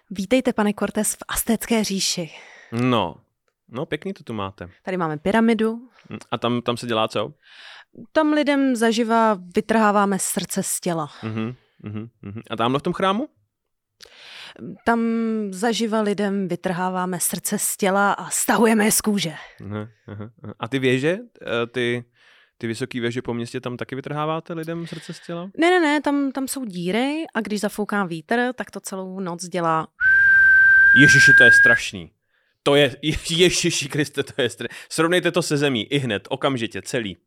Vítejte, pane Cortés, v Aztécké říši. No pěkný to tu máte. Tady máme pyramidu. A tam se dělá co? Tam lidem zaživa vytrháváme srdce z těla. A tamhle v tom chrámu? Tam zaživa lidem vytrháváme srdce z těla a stahujeme je z kůže. A ty věže, ty vysoké věže po městě, tam taky vytrháváte lidem srdce z těla? Ne, tam jsou díry a když zafouká vítr, tak to celou noc dělá. Ježiši, to je strašný. To je, Ježiši Kriste, to je strašný. Srovnejte to se zemí, ihned, okamžitě, celý.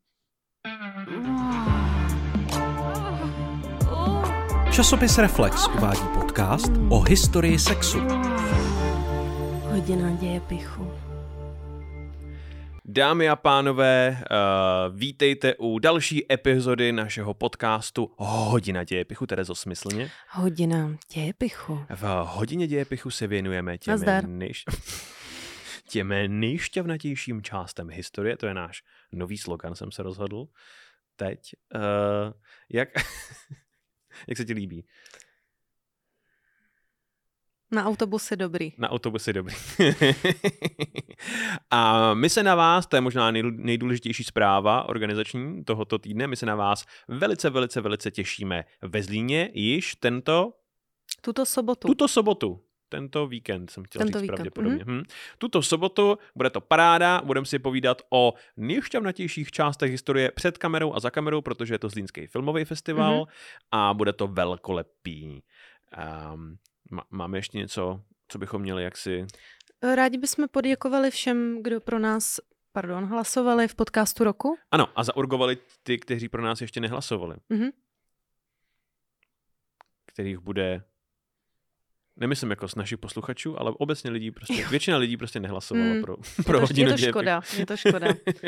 Časopis Reflex uvádí podcast o historii sexu. Hodina dějepichu. Dámy a pánové, vítejte u další epizody našeho podcastu Hodina dějepichu, Terezo, smyslně. Hodina dějepichu. V Hodině dějepichu se věnujeme těm nejšťavnatějším částem historie, to je náš nový slogan, jsem se rozhodl teď. Jak se ti líbí? Na autobusy dobrý. Na autobusy dobrý. A my se na vás, to je možná nejdůležitější zpráva organizační tohoto týdne, my se na vás velice těšíme ve Zlíně již tuto sobotu. Tento víkend jsem chtěl říct pravděpodobně. Tuto sobotu bude to paráda, budeme si povídat o nejšťavnatějších částech historie před kamerou a za kamerou, protože je to Zlínský filmový festival a bude to velkolepý. Máme ještě něco, co bychom měli jaksi... Rádi bychom poděkovali všem, kdo pro nás hlasovali v podcastu roku. Ano, a zaurgovali ty, kteří pro nás ještě nehlasovali. Kterých bude... Nemyslím jako z našich posluchačů, ale obecně většina lidí prostě nehlasovala pro Hodinu dějepichu. Je to škoda.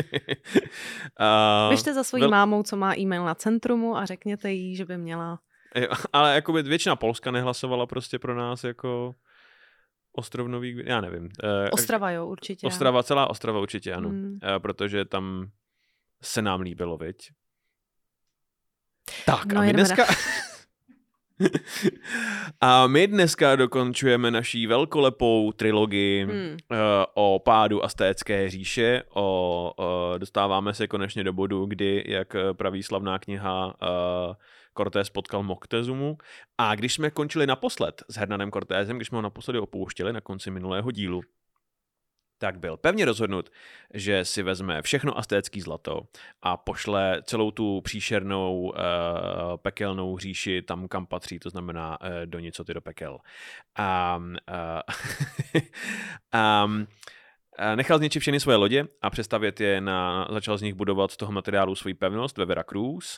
Běžte za svojí mámou, co má e-mail na Centrumu a řekněte jí, že by měla... Jo, ale jakoby většina Polska nehlasovala prostě pro nás jako Ostrovnový, já nevím. Ostrava, jo, určitě. Celá Ostrava určitě, ano. Protože tam se nám líbilo, viď? Tak, a my dneska dokončujeme naší velkolepou trilogii o pádu Aztécké říše. Dostáváme se konečně do bodu, kdy, jak praví slavná kniha, Cortés potkal Moctezumu. A když jsme končili naposled s Hernanem Cortésem, když jsme ho naposledy opouštěli na konci minulého dílu, tak byl pevně rozhodnut, že si vezme všechno aztécký zlato a pošle celou tu příšernou pekelnou říši tam, kam patří, to znamená do nicoty, do pekel. Nechal zničit všechny svoje lodě a přestavět je začal z nich budovat z toho materiálu svoji pevnost ve Veracruz.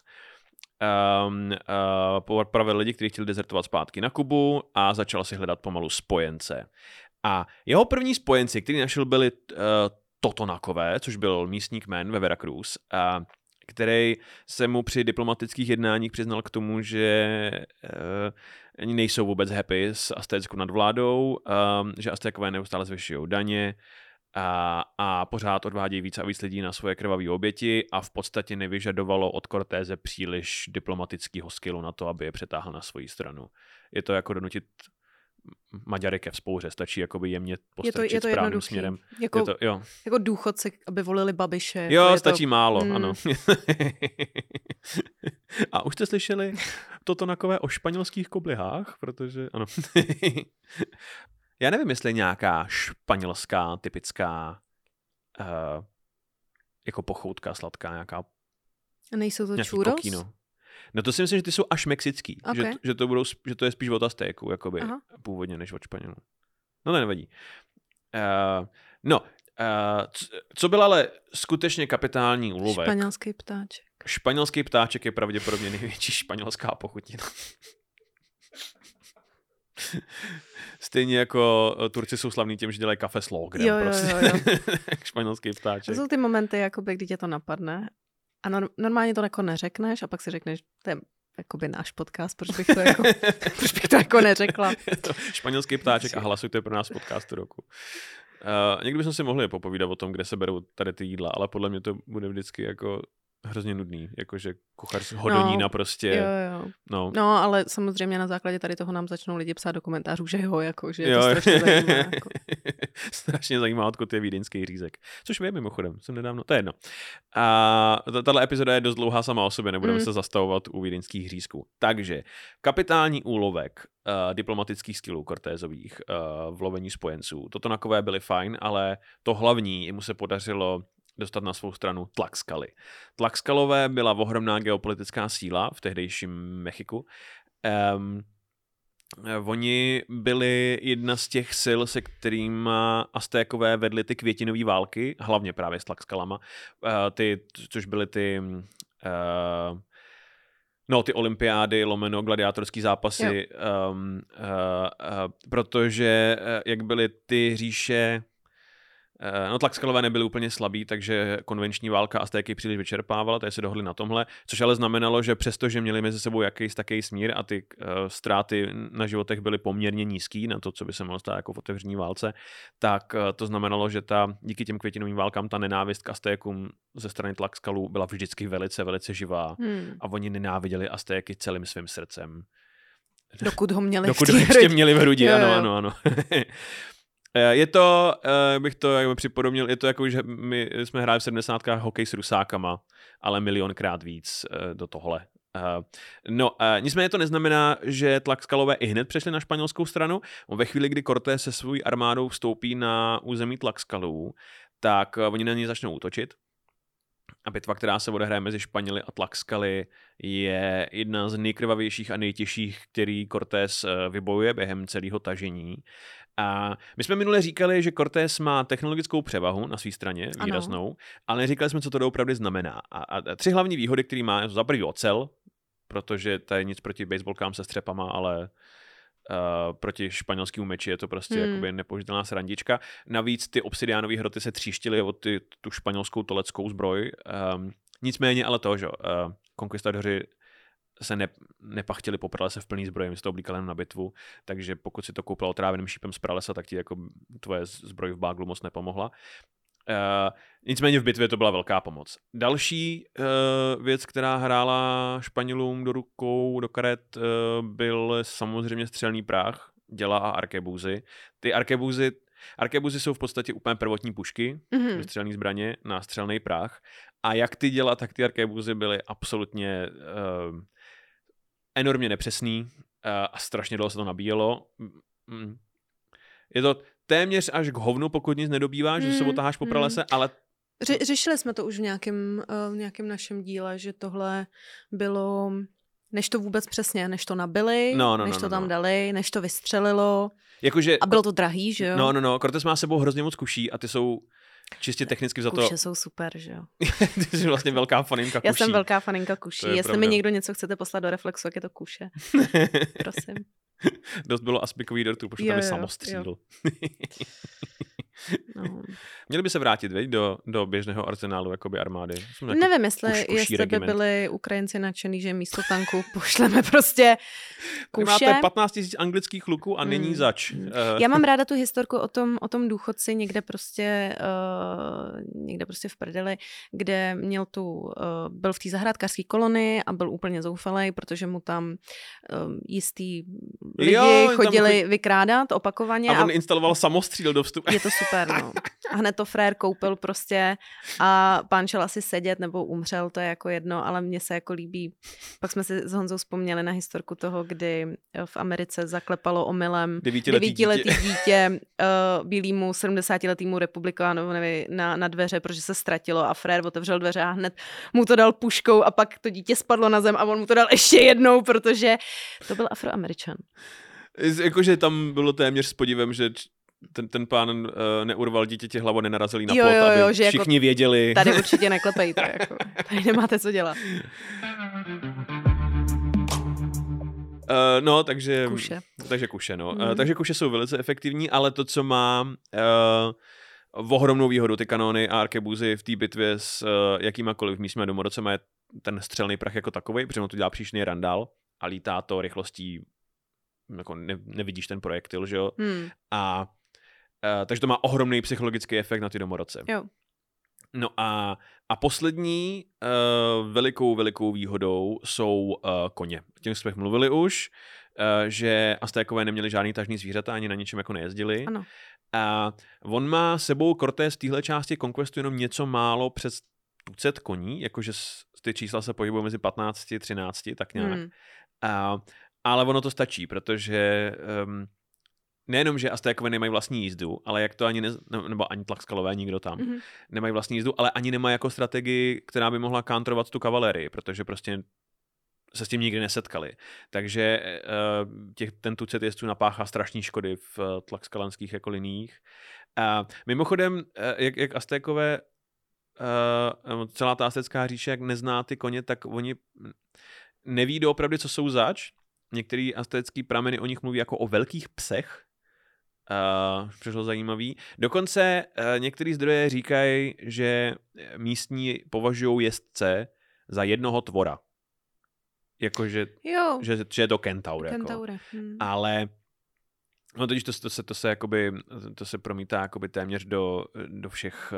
Popravil lidi, kteří chtěli dezertovat zpátky na Kubu a začal si hledat pomalu spojence. A jeho první spojenci, který našel, byli Totonakové, což byl místní kmen ve Veracruz, který se mu při diplomatických jednáních přiznal k tomu, že nejsou vůbec happy s aztéckou nadvládou, že Aztékové neustále zvyšují daně a pořád odvádějí víc a víc lidí na svoje krvavé oběti a v podstatě nevyžadovalo od Cortése příliš diplomatického skillu na to, aby je přetáhl na svoji stranu. Je to jako donutit Maďary ke vzpouře, stačí jakoby jemně postrčit správným směrem. Jako důchodci, aby volili Babiše. Jo, stačí málo, ano. A už jste slyšeli Totonakové o španělských koblihách? Protože, ano. Já nevím, jestli nějaká španělská typická jako pochoutka sladká, nějaká... Nejsou to churros? Pokino. No to si myslím, že ty jsou až mexický. Okay. Že to je spíš od Aztéku, jakoby, původně, než od Španělů. No to nevadí. Co byl ale skutečně kapitální úlovek? Španělský ptáček. Španělský ptáček je pravděpodobně největší španělská pochutina. Stejně jako Turci jsou slavní tím, že dělají kafe s logrem. Jo. Španělský ptáček. To jsou ty momenty, jakoby, kdy tě to napadne. A normálně to jako neřekneš a pak si řekneš, to je jakoby náš podcast, proč bych to jako neřekla. Španělský ptáček a hlasujte pro nás v podcastu roku. Někdy bychom si mohli popovídat o tom, kde se berou tady ty jídla, ale podle mě to bude vždycky jako hrozně nudný, jakože kuchař hodonína prostě. Jo. No, ale samozřejmě na základě tady toho nám začnou lidi psát do komentářů, že že je to strašně zajímavé. Jako. Strašně zajímá, odkud je vídeňský řízek. Což vím mimochodem, jsem nedávno, to je jedno. A tato epizoda je dost dlouhá sama o sobě, nebudeme se zastavovat u vídeňských řízků. Takže kapitální úlovek diplomatických skillů Cortésových v lovení spojenců. Toto nakové byly fajn, ale to hlavní, mu se podařilo dostat na svou stranu Tlaxcali. Tlaxcalové byla ohromná geopolitická síla v tehdejším Mexiku. Oni byli jedna z těch sil, se kterými Aztékové vedli ty květinové války, hlavně právě s Tlaxcalama, což byly ty olympiády, lomeno, gladiátorský zápasy, protože jak byly ty říše. Tlaxcalové nebyli úplně slabí, takže konvenční válka Aztéky příliš vyčerpávala, tady se dohodli na tomhle, což ale znamenalo, že přestože měli mezi sebou jakýsi takový smír a ty ztráty na životech byly poměrně nízký na to, co by se mohlo stát jako v otevřené válce, tak to znamenalo, že díky těm květinovým válkám ta nenávist k Aztékům ze strany Tlaxcalů byla vždycky velice, velice živá a oni nenáviděli Aztéky celým svým srdcem. Dokud ho ještě měli v hrudi, ano. Je to, bych to připodobnil, je to jako, že my jsme hráli v 70kách hokej s Rusákama, ale milionkrát víc do tohle. Nicméně to neznamená, že Tlaxcalové i hned přešli na španělskou stranu. Ve chvíli, kdy Cortés se svou armádou vstoupí na území Tlaxcalů, tak oni na ně začnou útočit. A bitva, která se odehraje mezi Španěli a Tlaxcali, je jedna z nejkrvavějších a nejtěžších, který Cortés vybojuje během celého tažení. A my jsme minule říkali, že Cortés má technologickou převahu na své straně, výraznou, ale neříkali jsme, co to doopravdy znamená. A 3 hlavní výhody, které má, jsou za prvý ocel, protože to je nic proti baseballkám se střepama, ale proti španělskému meči je to prostě jakoby nepoužitelná srandička. Navíc ty obsidiánové hroty se tříštily od tu španělskou toleckou zbroj. Nicméně ale to, že konquistadoři se nepachtili po pralese v plný zbroji, my se to oblíkali na bitvu, takže pokud si to koupil otráveným šípem z pralesa, tak ti jako tvoje zbroj v báglu moc nepomohla. Nicméně v bitvě to byla velká pomoc. Další věc, která hrála Španělům do rukou, do karet, byl samozřejmě střelný prach, děla a arkebuzy. Ty arkebuzy jsou v podstatě úplně prvotní pušky, střelné zbraně na střelný prach. A jak ty děla, tak ty arkebuzy byly absolutně enormně nepřesný a strašně dlouho se to nabíjelo. Je to téměř až k hovnu, pokud nic nedobýváš, že se otáháš po pralese, ale... Řešili jsme to už v nějakém našem díle, že tohle bylo, než to vůbec přesně, než to nabili, než to tam dali, než to vystřelilo. Jakože, a bylo to drahý, že jo? No. Cortés má sebou hrozně moc kuší a ty jsou čistě technicky za to... Kuše jsou super, že jo? Ty jsi vlastně velká faninka kuší. Já jsem velká faninka kuší. Jestli pravda. mi někdo něco chcete poslat do Reflexu, jak je to kuše. Prosím. Dost bylo aspikový dortů, pošlu tam samostříl. No. Měli by se vrátit, veď, do běžného arzenálu jakoby armády. Jako nevím, jestli by byli Ukrajinci nadšený, že místo tanku pošleme prostě kuše. Máte 15 000 anglických luků a není zač. Já mám ráda tu historku o tom důchodci někde prostě v prdeli, kde byl v té zahrádkářské kolonii a byl úplně zoufalej, protože mu tam jistý lidi chodili vykrádat opakovaně. A on instaloval samostříl do vstupu. Je to super, no. A hned to frér koupil prostě a pán šel asi sedět nebo umřel, to je jako jedno, ale mně se jako líbí. Pak jsme si s Honzou vzpomněli na historku toho, kdy v Americe zaklepalo omylem 9letý dítě bílýmu 70letýmu republikánovi na dveře, protože se ztratilo a frér otevřel dveře a hned mu to dal puškou a pak to dítě spadlo na zem a on mu to dal ještě jednou, protože to byl Afroameričan. Jakože tam bylo téměř s podivem, že ten pán neurval dítěti hlavu, nenarazil na plot, aby že všichni jako věděli. Tady určitě neklepejte, jako. Tady nemáte co dělat. Takže kuše, no. Takže kuše jsou velice efektivní, ale to, co má ohromnou výhodu, ty kanóny a arkebuzy v té bitvě s jakýmakoliv místními domorodcema, je ten střelný prach jako takovej, protože on to dělá příšný randál a lítá to rychlostí, jako nevidíš ten projektil, že jo? Takže to má ohromný psychologický efekt na ty domorodce. Jo. No a poslední velikou výhodou jsou koně. O těm jsme mluvili už, že Aztékové neměli žádný tažný zvířata, ani na ničem jako nejezdili. Ano. A on má sebou Cortés v téhle části Conquestu jenom něco málo přes 200 koní, jakože ty čísla se pohybují mezi 15 a 13, tak nějak. Ale ono to stačí, protože nejenom, že Aztékové nemají vlastní jízdu, ale jak to ani nebo ani Tlaxcalové, nikdo tam, nemají vlastní jízdu, ale ani nemají jako strategii, která by mohla counterovat tu kavalerii, protože prostě se s tím nikdy nesetkali. Takže ten tucet jezdců napáchá strašný škody v tlaxcalanských jako liních. Mimochodem, jak Aztékové, celá ta aztécká říše, jak nezná ty koně, tak oni neví doopravdy, co jsou zač. Některý aztécký prameny o nich mluví jako o velkých psech, přišlo zajímavý. Dokonce některý zdroje říkají, že místní považují jezdce za jednoho tvora. Jakože, že je to kentaur. Jako. Ale no totiž to se promítá jakoby téměř do všech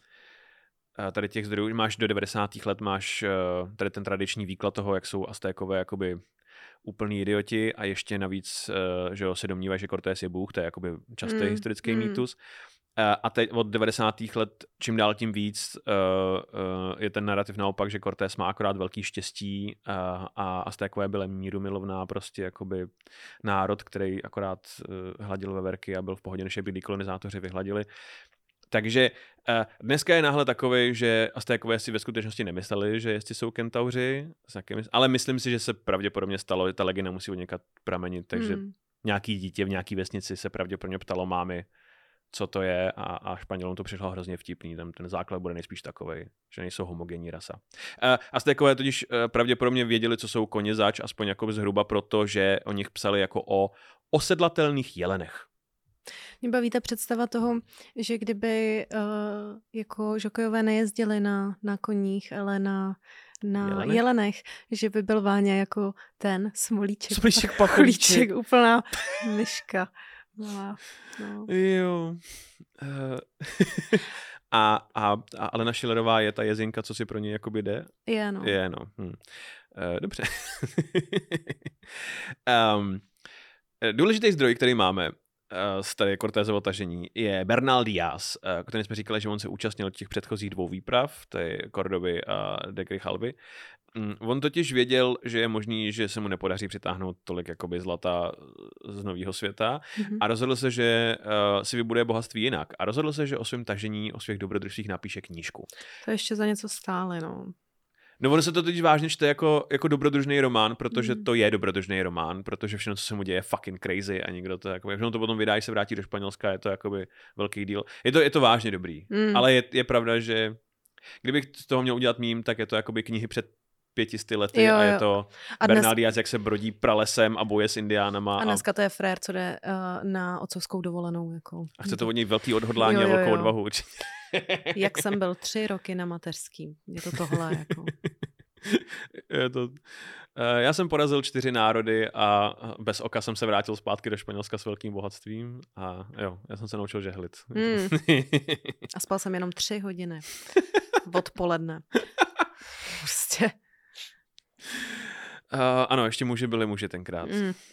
tady těch zdrojů. Máš do 90. let máš tady ten tradiční výklad toho, jak jsou Aztékové jakoby úplný idioti a ještě navíc, že se domnívají, že Cortés je bůh, to je jakoby častý historický mýtus. A teď od 90. let čím dál tím víc je ten narrativ naopak, že Cortés má akorát velký štěstí a Aztékové byli mírumilovná prostě jakoby národ, který akorát hladil veverky a byl v pohodě, než je by kolonizátoři vyhladili. Takže dneska je náhle takovej, že Aztékové si ve skutečnosti nemysleli, že jestli jsou kentauři, ale myslím si, že se pravděpodobně stalo, že ta legenda musí od někud pramenit, takže nějaký dítě v nějaký vesnici se pravděpodobně ptalo mámy, co to je a Španělům to přišlo hrozně vtipný. Tam ten základ bude nejspíš takovej, že nejsou homogenní rasa. Aztékové totiž pravděpodobně věděli, co jsou koně zač, aspoň jako zhruba proto, že o nich psali jako o osedlatelných jelenech. Mě baví ta představa toho, že kdyby jako žokejové nejezdili na koních, ale na jelenech, že by byl Váňa jako ten smolíček pacholíček, úplná myška. No. Jo. A Alena Schillerová je ta jezinka, co si pro něj jakoby jde? Je, no. Dobře. Důležitý zdroj, který máme z tady Cortésovo tažení, je Bernal Díaz, který jsme říkali, že on se účastnil těch předchozích 2 výprav, to je Cordoby a de Grijalby. On totiž věděl, že je možný, že se mu nepodaří přitáhnout tolik jakoby zlata z nového světa a rozhodl se, že si vybuduje bohatství jinak. A rozhodl se, že o svém tažení, o svých dobrodružstvích napíše knížku. To ještě za něco stále, no. No ono se to totiž vážně čte jako dobrodružný román, protože to je dobrodružný román, protože všechno, co se mu děje, je fucking crazy a nikdo to jako, všechno to potom vydá, se vrátí do Španělska, je to jakoby velký deal. Je to vážně dobrý, ale je pravda, že kdybych z toho měl udělat mím, tak je to jakoby knihy před 500 lety a je to Bernal Díaz, jak se brodí pralesem a boje s indiánama. A dneska to je frér, co jde na otcovskou dovolenou. Jako. A chce to od něj velký odhodlání a velkou odvahu. Jak jsem byl 3 roky na mateřským. Je to tohle. Jako. Já jsem porazil 4 národy a bez oka jsem se vrátil zpátky do Španělska s velkým bohatstvím a jo, já jsem se naučil žehlit. A spal jsem jenom 3 hodiny odpoledne. Prostě. Ano, ještě muži byli muži tenkrát.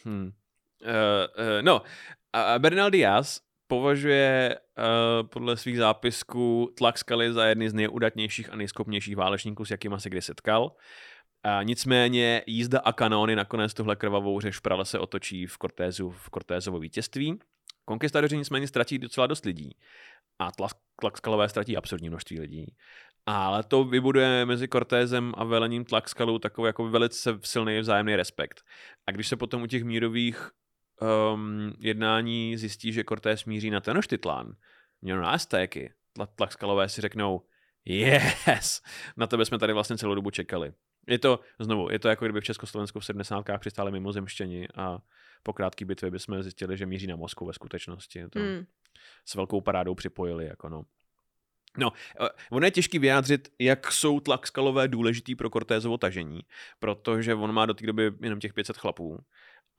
Bernal Díaz považuje podle svých zápisků Tlaxcaly za jedny z nejudatnějších a nejschopnějších válečníků, s jakýma se kdy setkal. Nicméně jízda a kanóny nakonec tuhle krvavou řeč v pralese otočí v Cortésovo vítězství. Konkistadoři nicméně ztratí docela dost lidí a Tlaxcalové ztratí absurdní množství lidí. Ale to vybuduje mezi Cortésem a velením Tlaxcalů takový jako velice silný vzájemný respekt. A když se potom u těch mírových jednání zjistí, že Cortés míří na Tenochtitlán, měl na Aztéky, Tlaxcalové si řeknou yes, na tebe jsme tady vlastně celou dobu čekali. Je to jako kdyby v Československu v 70. přistáli mimozemštěni a po krátké bitvě bychom zjistili, že míří na Moskvu ve skutečnosti. To s velkou parádou připojili. Jako no, ono je těžký vyjádřit, jak jsou Tlaxcalové důležitý pro Cortésovo tažení, protože on má do té doby jenom těch 500 chlapů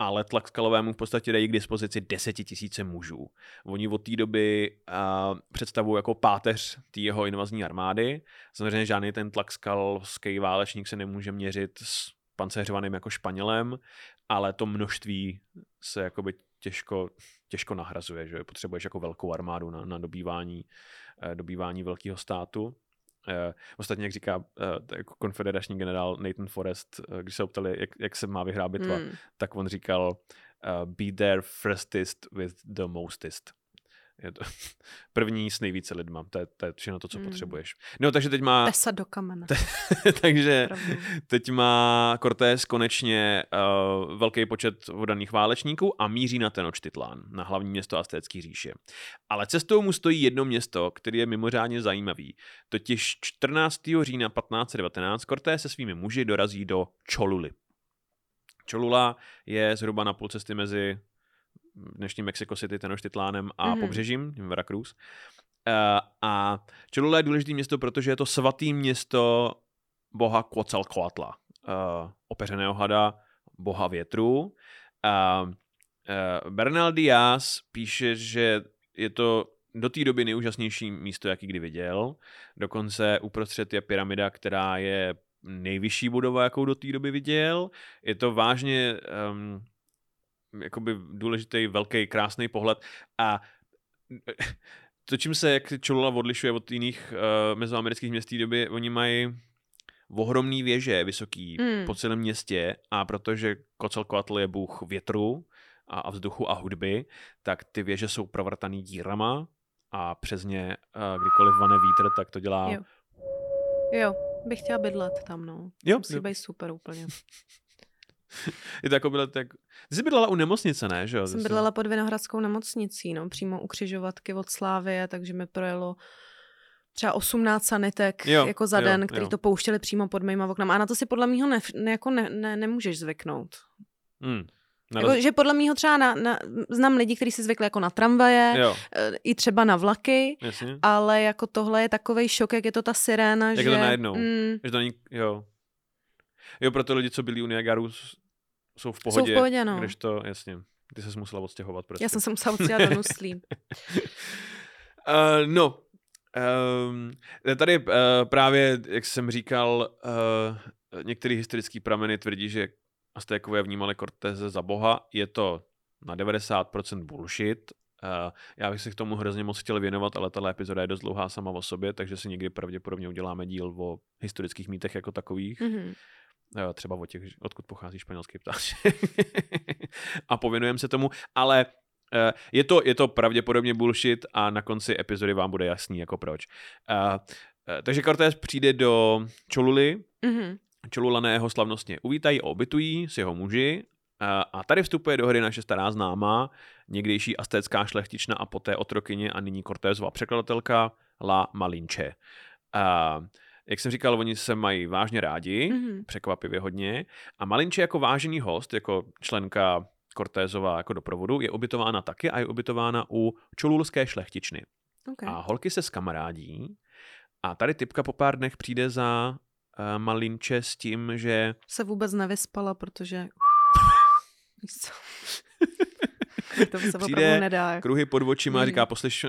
ale Tlaxcalovému v podstatě dají k dispozici 10 000 mužů. Oni od té doby představují jako páteř té jeho invazní armády. Samozřejmě žádný ten tlaxcalský válečník se nemůže měřit s pancéřovaným jako Španělem, ale to množství se jakoby těžko nahrazuje, že potřebuješ jako velkou armádu na dobývání velkého státu. Ostatně, jak říká jako konfederační generál Nathan Forrest, když se optali, jak se má vyhrát bitva, tak on říkal be there firstest with the mostest. Je to první s nejvíce lidma. To je všechno to, co potřebuješ. No, takže teď má... Tesa do kamene. Takže teď má Cortés konečně velký počet oddaných válečníků a míří na Tenochtitlán, na hlavní město Aztécké říše. Ale cestou mu stojí jedno město, které je mimořádně zajímavý. Totiž 14. října 1519 Cortés se svými muži dorazí do Choluly. Cholula je zhruba na půl cesty mezi dnešním Mexico City, Tenochtitlánem a pobřežím, Veracruz. A Cholula je důležité město, protože je to svatý město boha Quetzalcoatla, opeřeného hada, boha větru. Bernal Díaz píše, že je to do té doby nejúžasnější místo, jaký kdy viděl. Dokonce uprostřed je pyramida, která je nejvyšší budova, jakou do té doby viděl. Je to vážně jakoby důležitý, velký, krásný pohled. A to, čím se jak Cholula odlišuje od jiných mezoamerických měst té doby, oni mají ohromný věže, vysoký po celém městě, a protože Quetzalcoatl je bůh větru a vzduchu a hudby, tak ty věže jsou provrtaný dírama a přes ně, kdykoliv vane vítr, tak to dělá... Jo, bych chtěla bydlet tam, no. Jo, musí být super úplně. Je to jako bylo tak... Ty jsi bydlela u nemocnice, ne? Že? Jsem bydlela pod Vinohradskou nemocnicí, no, přímo u křižovatky od Slávie, takže mi projelo třeba 18 sanitek jako za den, který to pouštěli přímo pod mýma oknama. A na to si podle mýho nemůžeš zvyknout. Jako, že podle mýho třeba znám lidi, kteří si zvykli jako na tramvaje, i třeba na vlaky, jasně. Ale jako tohle je takovej šok, jak je to ta siréna, jak že... Jak je to najednou. Že to není, jo, pro ty lidi, co byli u Niagaru, jsou v pohodě, no. Když to, jasně, ty ses musela odstěhovat. Prostě. Já jsem se musela odstěhovat do Nuslí. Tady právě, jak jsem říkal, některé historické prameny tvrdí, že Aztékové vnímali Cortése za boha. Je to na 90% bullshit. Já bych se k tomu hrozně moc chtěl věnovat, ale tato epizoda je dost dlouhá sama o sobě, takže si někdy pravděpodobně uděláme díl o historických mýtech jako takových. Třeba o těch, odkud pochází španělský ptáč. A pověnujeme se tomu, ale je to pravděpodobně bullshit a na konci epizody vám bude jasný, jako proč. Takže Cortés přijde do Choluly. Cholulané ho slavnostně uvítají a obytují s jeho muži. A tady vstupuje do hry naše stará známá, někdejší aztécká šlechtična a poté otrokyně a nyní Cortésova překladatelka La Malinche. Jak jsem říkal, oni se mají vážně rádi, překvapivě hodně. A Malinche jako vážený host, jako členka Cortésova jako doprovodu, je ubytována taky a je ubytována u cholulské šlechtičny. Okay. A holky se skamarádí a tady typka po pár dnech přijde za Malinche s tím, že... Se vůbec nevyspala, protože... To se opravdu nedá. Kruhy pod očima a říká, poslyš...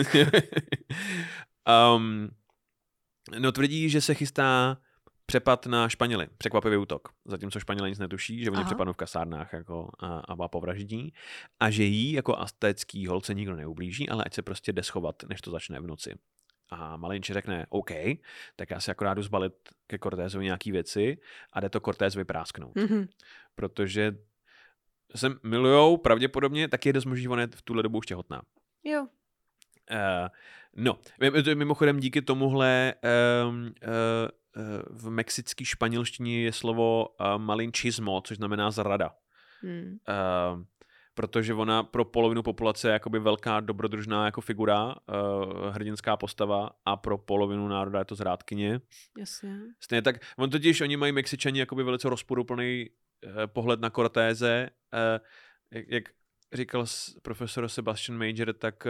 tvrdí, že se chystá přepad na Španěly, překvapivý útok. Zatímco Španělé nic netuší, že oni přepadnou v kasárnách jako, a povraždí. A že jí jako aztécký holce nikdo neublíží, ale ať se prostě jde schovat, než to začne v noci. A Malinche řekne, OK, tak já si akorát jdu zbalit ke Cortésovi nějaký věci a jde to Cortés vyprásknout. Protože se milujou pravděpodobně, tak je dost možný, ona je v tuhle dobu už těhotná. Jo. Mimochodem díky tomuhle v mexický španělštině je slovo malinchismo, což znamená zrada. Protože ona pro polovinu populace je jakoby velká dobrodružná jako figura, hrdinská postava a pro polovinu národa je to zrádkyně. Jasně. Stejně tak, oni mají Mexičani jakoby velice rozporuplný pohled na Cortése. Jak říkal profesor Sebastian Major, tak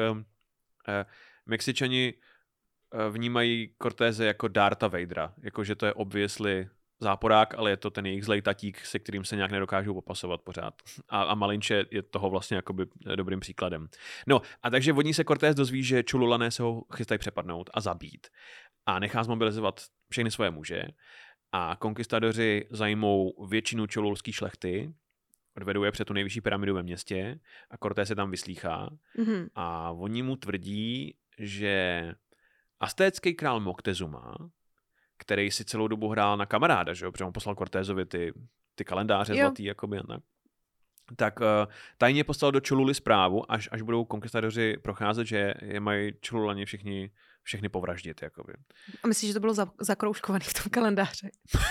Mexičani vnímají Cortése jako Dartha Vadera, jakože to je obviously záporák, ale je to ten jejich zlej tatík, se kterým se nějak nedokážou popasovat pořád. A Malinche je toho vlastně jakoby dobrým příkladem. No a takže od ní se Cortés dozví, že Cholulané se ho chystají přepadnout a zabít. A nechá zmobilizovat všechny svoje muže. A konkistadoři zajmou většinu cholulské šlechty, odvedou je před tu nejvyšší pyramidu ve městě a Cortés se tam vyslýchá. Mhm. A oni mu tvrdí, že aztécký král Moctezuma, který si celou dobu hrál na kamaráda, že jo, protože on poslal Cortézovi ty kalendáře zlatý, jakoby, tak tajně poslal do Choluly zprávu, až budou konkistadoři procházet, že je mají Cholulani všechny povraždit, jakoby. A myslíš, že to bylo zakroužkovaný v tom kalendáři?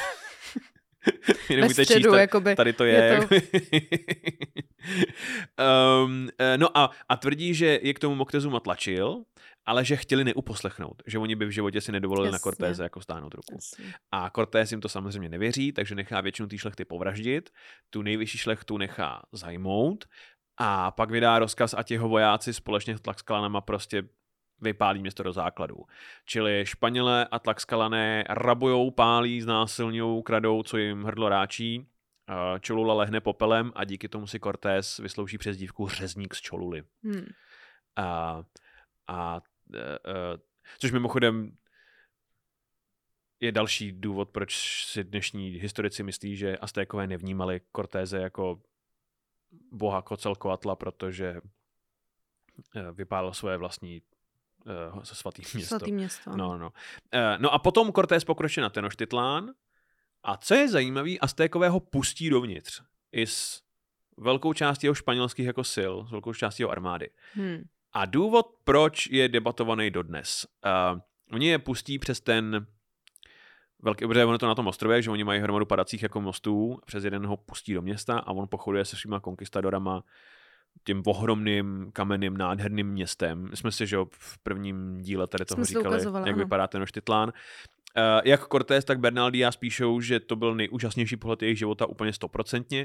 Ve středu, jakoby. Tady to je. No a tvrdí, že je k tomu Moctezuma tlačil, ale že chtěli neuposlechnout, že oni by v životě si nedovolili na Cortéze jako stáhnout ruku. Jasně. A Cortés jim to samozřejmě nevěří, takže nechá většinu té šlechty povraždit, tu nejvyšší šlechtu nechá zajmout a pak vydá rozkaz, ať jeho vojáci společně s Tlaxcalanama prostě vypálí město do základů. Čili Španělé a Tlaxcalané rabujou, pálí, znásilňují, kradou, co jim hrdlo ráčí. Cholula lehne popelem a díky tomu si Cortés vyslouží přezdívku řezník z Choluly. Což mimochodem je další důvod, proč si dnešní historici myslí, že Aztékové nevnímali Cortéze jako boha Quetzalcoatla, protože vypálil svoje vlastní svatý město. No a potom Cortés pokročí na Tenochtitlán a co je zajímavý, Aztékové ho pustí dovnitř i s velkou částí jeho španělských jako sil, s velkou částí jeho armády. A důvod, proč je debatovaný dodnes. Oni je pustí přes ten velký, protože on je to na tom ostrově, že oni mají hromadu padacích jako mostů, přes jeden ho pustí do města a on pochoduje se svýma konkistadorama tím ohromným kamenným nádherným městem. My jsme si, že v prvním díle tady toho říkali, jak vypadá Tenochtitlán. Jak Cortés, tak Bernal Díaz píšou, že to byl nejúžasnější pohled jejich života úplně 100%.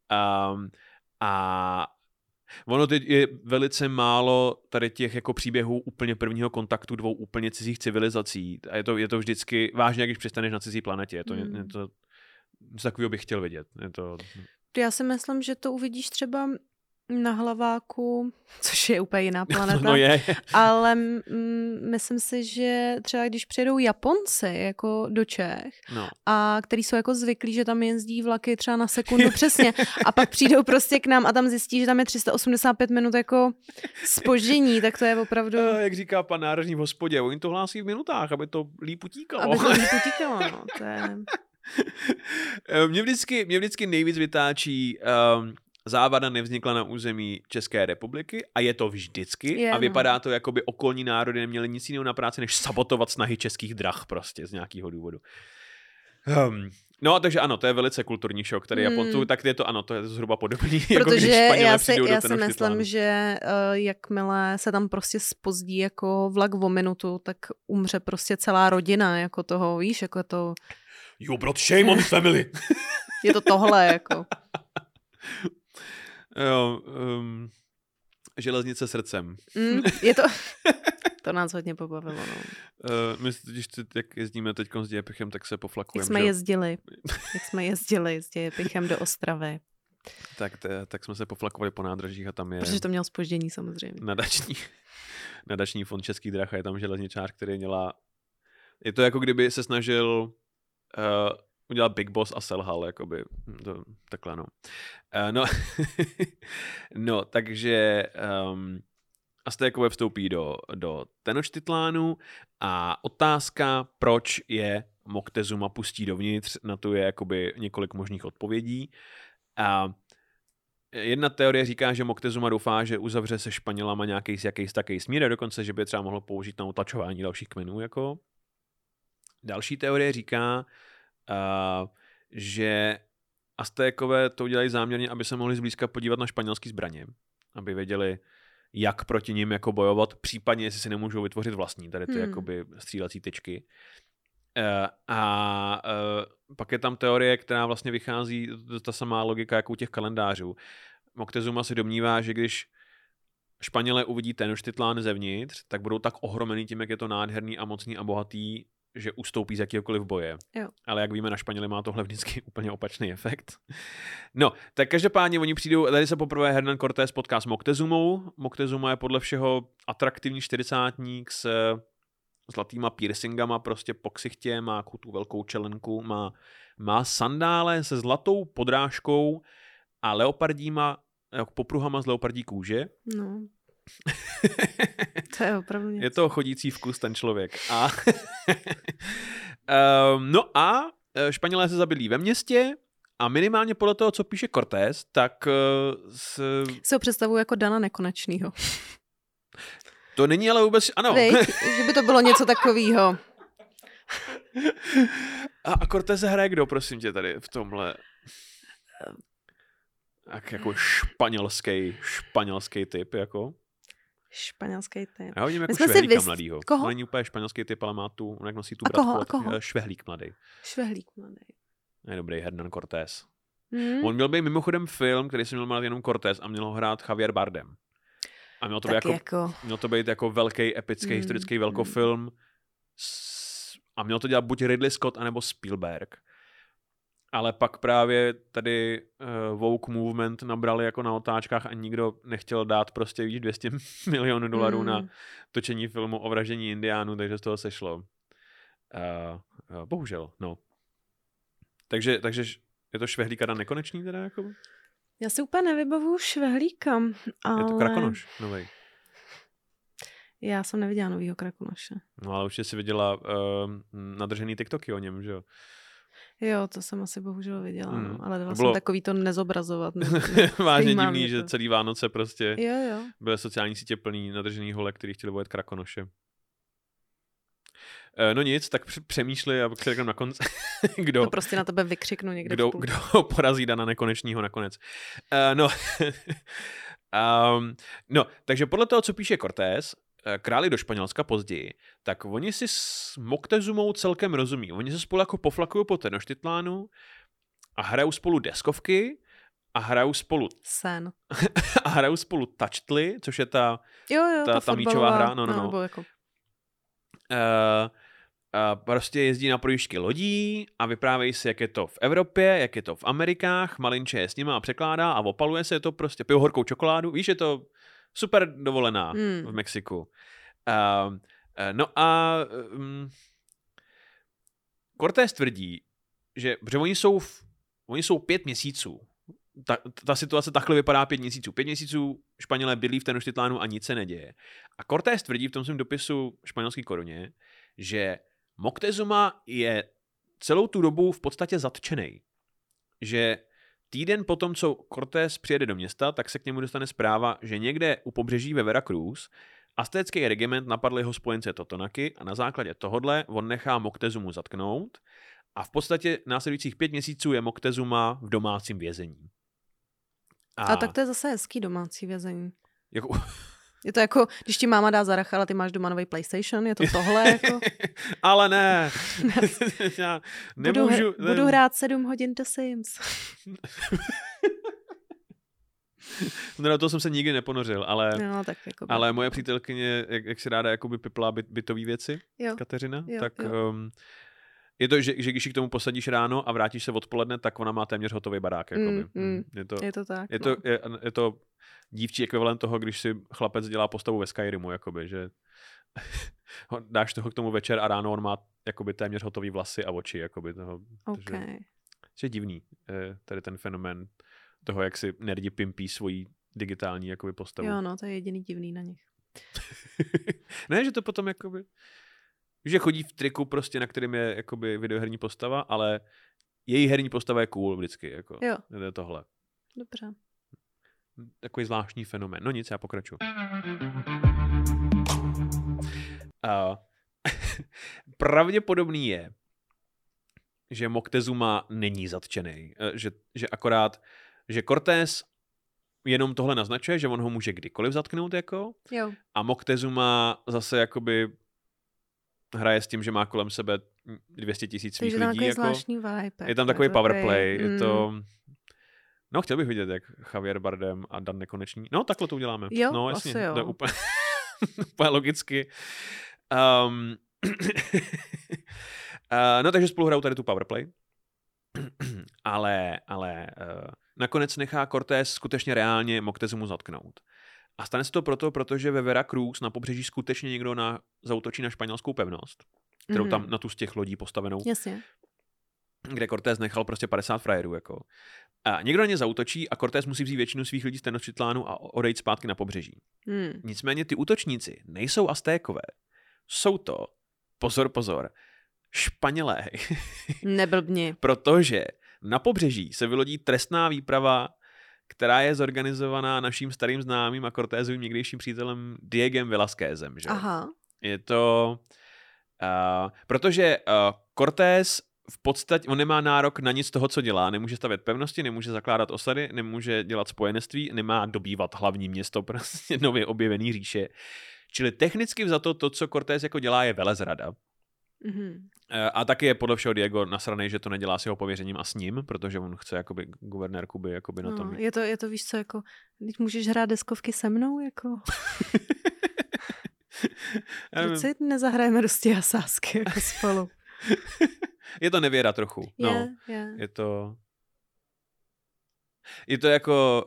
A ono je velice málo tady těch jako příběhů úplně prvního kontaktu dvou úplně cizích civilizací. A je to vždycky vážně, když přistaneš na cizí planetě. Je to něco takového bych chtěl vidět. Já si myslím, že to uvidíš třeba na Hlaváku, což je úplně jiná planeta, no je. Ale myslím si, že třeba když přijedou Japonci jako do Čech a který jsou jako zvyklí, že tam jezdí vlaky třeba na sekundu přesně a pak přijdou prostě k nám a tam zjistí, že tam je 385 minut jako zpoždění, tak to je opravdu... Jak říká pan národní v hospodě, oni to hlásí v minutách, aby to líp utíkalo. Aby to líp utíkalo, no, to je... Mě vždycky nejvíc vytáčí... Závada nevznikla na území České republiky a je to vždycky a vypadá to, jako by okolní národy neměly nic jiného na práci, než sabotovat snahy českých drah prostě z nějakého důvodu. No, takže ano, to je velice kulturní šok, který Japonců, tak je to ano, to je zhruba podobný. Protože jako já si myslím, že jakmile se tam prostě zpozdí jako vlak o minutu, tak umře prostě celá rodina, jako toho, víš, jako to... You brought shame on the family. Je to tohle, jako... Jo, železnice srdcem. Je to... To nás hodně pobavilo, no. My když jak jezdíme teď s Dějepichem, tak se poflakujeme. Jak jsme jezdili s Dějepichem do Ostravy. Tak jsme se poflakovali po nádražích a tam je... Protože to mělo zpoždění samozřejmě. Nadační fond Českých drah a je tam železničář, který měla... Je to jako kdyby se snažil... udělal Big Boss a selhal, jakoby, takhle, no. No, takže Aztékové vstoupí do Tenochtitlánu a otázka, proč je Moctezuma pustí dovnitř, na to je jakoby několik možných odpovědí. A jedna teorie říká, že Moctezuma doufá, že uzavře se Španělama nějaký taký smír, a dokonce, že by třeba mohl použít na utlačování dalších kmenů, jako. Další teorie říká, že Aztékové to udělají záměrně, aby se mohli zblízka podívat na španělský zbraně, aby věděli, jak proti nim jako bojovat, případně jestli si nemůžou vytvořit vlastní tady ty jakoby střílecí tyčky. Pak je tam teorie, která vlastně vychází, ta samá logika jako u těch kalendářů. Moctezuma si domnívá, že když Španělé uvidí Tenochtitlán zevnitř, tak budou tak ohromený tím, jak je to nádherný a mocný a bohatý, že ustoupí z jakýhokoliv boje. Jo. Ale jak víme, na Španěli má tohle vždycky úplně opačný efekt. No, tak každopádně oni přijdou, tady se poprvé Hernán Cortés potká s Moctezumou. Moctezuma je podle všeho atraktivní 40-tník s zlatýma piercingama prostě po ksichtě, má tu velkou čelenku, má sandále se zlatou podrážkou a leopardíma, jako popruhama z leopardí kůže. No. To je opravdu něco. Je to chodící vkus ten člověk. A no a Španělé se zabydlí ve městě a minimálně podle toho, co píše Cortés, tak se ho představuji jako Dana Nekonečnýho. To není ale vůbec, ano. Že by to bylo něco takového. A Cortés hraje kdo, prosím tě, tady v tomhle? Jako španělský typ, jako? Španělský typ. Já hodím jako švehlíka mladýho. Koho? On není úplně španělský typ, ale má tu, on jak nosí tu bratku. A koho? Švehlík mladý. Švehlík mladý. Je dobrý, Hernán Cortés. On měl být mimochodem film, který se měl jmenovat jenom Cortés a měl ho hrát Javier Bardem. A měl to být jako velký, epický, historický velkofilm a měl to dělat buď Ridley Scott, anebo Spielberg. Ale pak právě tady woke movement nabrali jako na otáčkách a nikdo nechtěl dát prostě víc $200 milionů na točení filmu o vraždění indiánů, takže z toho sešlo. Bohužel, no. Takže je to Švehlík Dan Nekonečný teda jako? Já si úplně nevybavuju Švehlíka, ale... Je to Krakonoš, novej. Já jsem neviděla novýho Krakonoše. No ale určitě si viděla nadržený TikToky o něm, že jo? Jo, to jsem asi bohužel viděla, no. Ale dala jsem takový to nezobrazovat. Vážně divný, že celý Vánoce prostě jo. byly sociální sítě plný nadržený holek, který chtěli vojet Krakonoše. No nic, tak přemýšlej a pak si řeknu na konci, kdo... To prostě na tebe vykřiknu někde. Kdo porazí Dana Nekonečnýho nakonec. No, takže podle toho, co píše Cortés, králi do Španělska později, tak oni si s Moctezumou celkem rozumí. Oni se spolu jako poflakují po Tenochtitlánu a hrajou spolu deskovky a hrajou spolu... Sen. A hrajou spolu tačtly, což je ta míčová hra. No. Jako... prostě jezdí na projížďky lodí a vyprávějí si, jak je to v Evropě, jak je to v Amerikách, Malinče je s nima a překládá a opaluje se, je to prostě, pijou horkou čokoládu, víš, je to super dovolená v Mexiku. No a Cortés tvrdí, že oni jsou 5 měsíců. Ta situace takhle vypadá 5 měsíců. 5 měsíců Španělé bydlí v Tenochtitlánu a nic se neděje. A Cortés tvrdí v tom svém dopisu španělské koruně, že Moctezuma je celou tu dobu v podstatě zatčenej. Že týden potom, co Cortés přijede do města, tak se k němu dostane zpráva, že někde u pobřeží ve Veracruz aztécký regiment napadl jeho spojence Totonaky a na základě tohodle on nechá Moctezumu zatknout a v podstatě následujících 5 měsíců je Moctezuma v domácím vězení. A tak to je zase hezký domácí vězení. Jako... Je to jako, když ti máma dá za rach, ale ty máš doma nový PlayStation, je to tohle jako... Ale ne. Já nemůžu... Budu hrát 7 hodin The Sims. No, to jsem se nikdy neponořil, ale, no, tak jako ale moje přítelkyně, jak si ráda jakoby pipla bytový věci, jo. Kateřina, jo, tak jo. Je to, že když ji k tomu posadíš ráno a vrátíš se odpoledne, tak ona má téměř hotový barák. Je to tak. Je to dívčí ekvivalent toho, když si chlapec dělá postavu ve Skyrimu, jakoby, že dáš toho k tomu večer a ráno on má jakoby téměř hotový vlasy a oči. Jakoby toho, okay. Takže je divný, tady ten fenomén toho, jak si nerdi pimpí svoji digitální jakoby postavu. Jo, no, to je jediný divný na nich. Ne, že to potom jakoby... Že chodí v triku prostě, na kterým je jakoby videoherní postava, ale její herní postava je cool vždycky. Jako. Jo. To je tohle. Dobře. Takový zvláštní fenomén. No nic, já pokračuju. Pravděpodobný je, že Moctezuma není zatčený. Že akorát, že Cortés jenom tohle naznačuje, že on ho může kdykoliv zatknout, jako. Jo. A Moctezuma zase jakoby hraje s tím, že má kolem sebe 200 000 svých lidí. Jako, zvláštní vibe. Je tam takový powerplay. Je to... No, chtěl bych vidět, jak Javier Bardem a Dan Nekonečný. No, takhle to uděláme. Jo, no, jasně. asi jo. To je úplně, úplně logicky. No takže spolu hrajou tady tu powerplay. ale nakonec nechá Cortés skutečně reálně Moctezumu zatknout. A stane se to protože ve Veracruz na pobřeží skutečně někdo zaútočí na španělskou pevnost, kterou tam na tu z těch lodí postavenou. Jasně. Kde Cortés nechal prostě 50 frajerů. Jako. A někdo na ně zaútočí a Cortés musí vzít většinu svých lidí z Tenochtitlánu a odejít zpátky na pobřeží. Nicméně ty útočníci nejsou Aztékové. Jsou to, pozor, Španělé. Neblbni. Protože na pobřeží se vylodí trestná výprava, která je zorganizovaná naším starým známým a Cortésovým někdejším přítelem Diegem Velázquezem. Že? Aha. Je to... protože Cortés v podstatě, on nemá nárok na nic z toho, co dělá. Nemůže stavět pevnosti, nemůže zakládat osady, nemůže dělat spojenectví, nemá dobývat hlavní město, prostě nově objevený říše. Čili technicky vzato to, co Cortés jako dělá, je velezrada. A taky je podle všeho Diego nasranej, že to nedělá s jeho pověřením a s ním, protože on chce jakoby guvernér Kuby jakoby na tom. Je to víš co, jako, teď můžeš hrát deskovky se mnou, jako. Proč si nezahrajeme dosti a sásky jako spolu? Je to nevěra trochu. No. Je to jako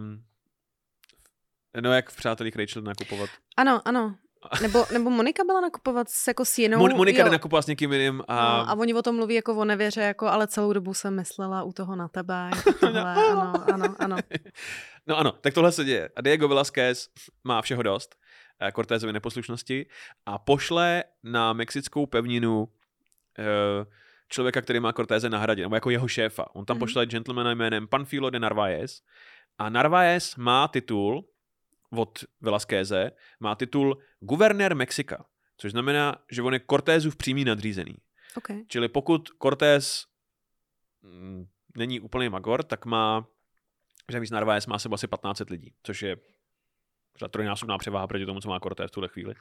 no jak v Přátelích Rachel nakupovat. Ano. Nebo Monika byla nakupovat jako s jinou... Monika jde nakupovat s někým jiným a oni o tom mluví jako o nevěře, jako, ale celou dobu jsem myslela u toho na tebe. Jako tohle, ano. No ano, tak tohle se děje. A Diego Velázquez má všeho dost, Cortézovi neposlušnosti a pošle na mexickou pevninu člověka, který má Cortéze na hradě, nebo jako jeho šéfa. On tam pošle gentlemana jménem Panfilo de Narváez a Narváez má titul od Velázqueze, má titul guvernér Mexika, což znamená, že on je Cortézův přímý nadřízený. Okay. Čili pokud Cortés není úplný magor, tak má, že víc Narváez má sebou asi 1500 lidí, což je trojnásobná převaha proti tomu, co má Cortés v tuhle chvíli.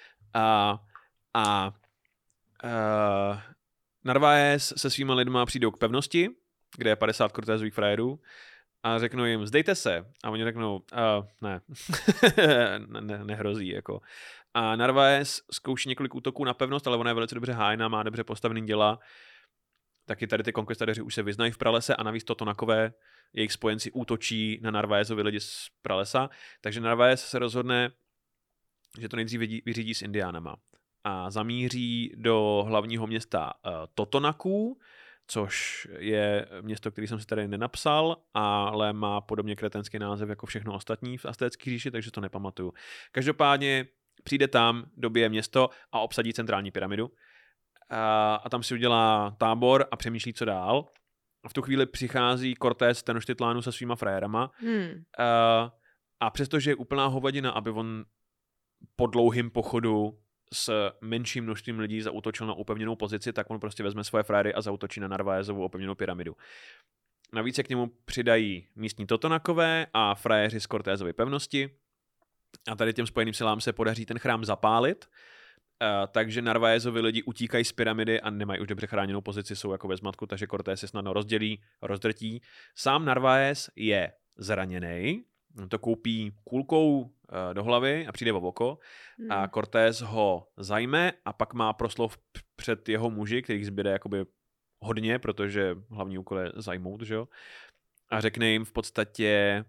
Narváez se svýma lidma přijdou k pevnosti, kde je 50 Cortézových frajerů a řeknou jim, zdejte se. A oni řeknou, ne, nehrozí. Jako. A Narváez zkouší několik útoků na pevnost, ale ona je velice dobře hájná, má dobře postavený děla. Taky tady ty konquistadoři už se vyznají v pralese a navíc Totonakové, jejich spojenci útočí na Narváezovi lidi z pralesa. Takže Narváez se rozhodne, že to nejdřív vyřídí s indiánama. A zamíří do hlavního města Totonaků, což je město, který jsem si tady nenapsal, ale má podobně kretenský název jako všechno ostatní v Aztécké říši, takže to nepamatuju. Každopádně přijde tam, dobije město a obsadí centrální pyramidu. A tam si udělá tábor a přemýšlí, co dál. V tu chvíli přichází Cortés z Tenochtitlánu se svýma frajerama. A přestože je úplná hovadina, aby on po dlouhým pochodu s menším množstvím lidí zaútočil na upevněnou pozici, tak on prostě vezme svoje frajery a zaútočí na Narváezovu opevněnou pyramidu. Navíc se k němu přidají místní Totonakové a frajeři z Cortézovy pevnosti. A tady těm spojeným silám se podaří ten chrám zapálit, takže Narváezovi lidi utíkají z pyramidy a nemají už dobře chráněnou pozici, jsou jako ve zmatku, takže Cortés se snadno rozdělí, rozdrtí. Sám Narváez je zraněný, on to koupí kulkou do hlavy a přijde o oko a Cortés ho zajme a pak má proslov před jeho muži, kterých zbyde jakoby hodně, protože hlavní úkol je zajmout, že jo? A řekne jim v podstatě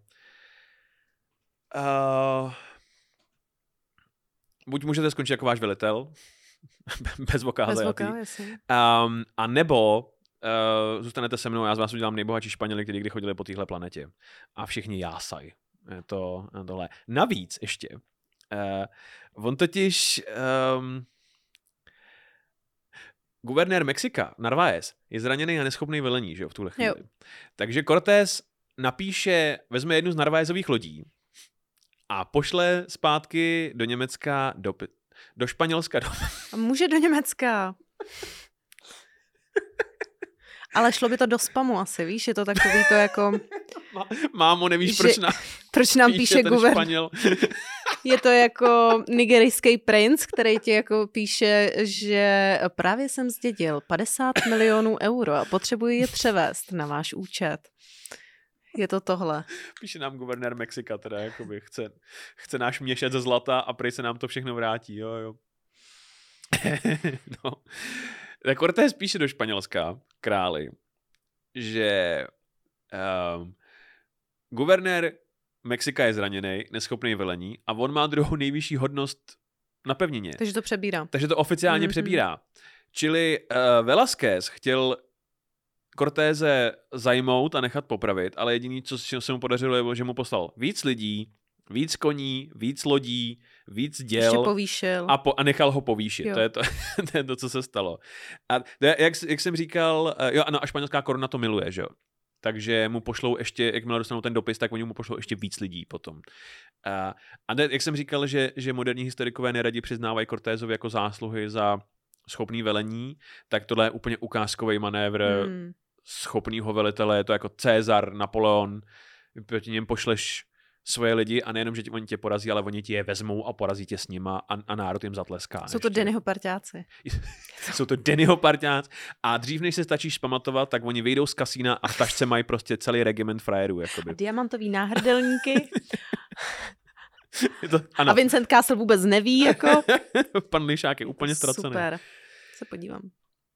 buď můžete skončit jako váš velitel, bez voka zajatý, a nebo zůstanete se mnou, já z vás udělám nejbohatší Španěli, kteří kdy chodili po téhle planetě. A všichni jásaj. Je to tohle. Navíc ještě, on totiž guvernér Mexika, Narváez, je zraněný a neschopný velení, že jo, v tuhle chvíli. Jo. Takže Cortés napíše, vezme jednu z Narváezových lodí a pošle zpátky do Německa, do Španělska. A může do Německa. Ale šlo by to do spamu asi, víš? Je to takový to jako... Mámo, nevíš, proč nám píše guvernér? Je to jako nigerijský princ, který ti jako píše, že právě jsem zdědil 50 milionů euro a potřebuji je převést na váš účet. Je to tohle. Píše nám guvernér Mexika, teda jakoby chce náš měšec ze zlata a prej se nám to všechno vrátí, jo. No. Tak Cortés píše do Španělska králi, že guvernér Mexika je zraněný, neschopný velení a on má druhou nejvyšší hodnost na pevnině. Takže to přebírá. Takže to oficiálně přebírá. Čili Velázquez chtěl Cortéze zajmout a nechat popravit, ale jediný, co se mu podařilo, je, že mu poslal víc lidí, víc koní, víc lodí, víc děl. Ještě povýšil. A nechal ho povýšit. To je to, co se stalo. A jak jsem říkal, a španělská koruna to miluje, že jo. Takže mu pošlou ještě, jakmile dostanou ten dopis, tak oni mu pošlou ještě víc lidí potom. A jak jsem říkal, že moderní historikové neradi přiznávají Cortézovi jako zásluhy za schopný velení, tak tohle je úplně ukázkový manévr schopného velitele, je to jako Cezar, Napoleon, proti něm pošleš svoje lidi a nejenom, že oni tě porazí, ale oni ti je vezmou a porazí tě s nima a národ jim zatleská. Jsou to Dennyho parťáci. Jsou to Dennyho parťáci a dřív, než se stačíš pamatovat, tak oni vyjdou z kasína a v tašce mají prostě celý regiment frajerů. Jakoby. A diamantový náhrdelníky. Ano. A Vincent Castle vůbec neví, jako. Pan Lišák je úplně ztracený. Super, se podívám.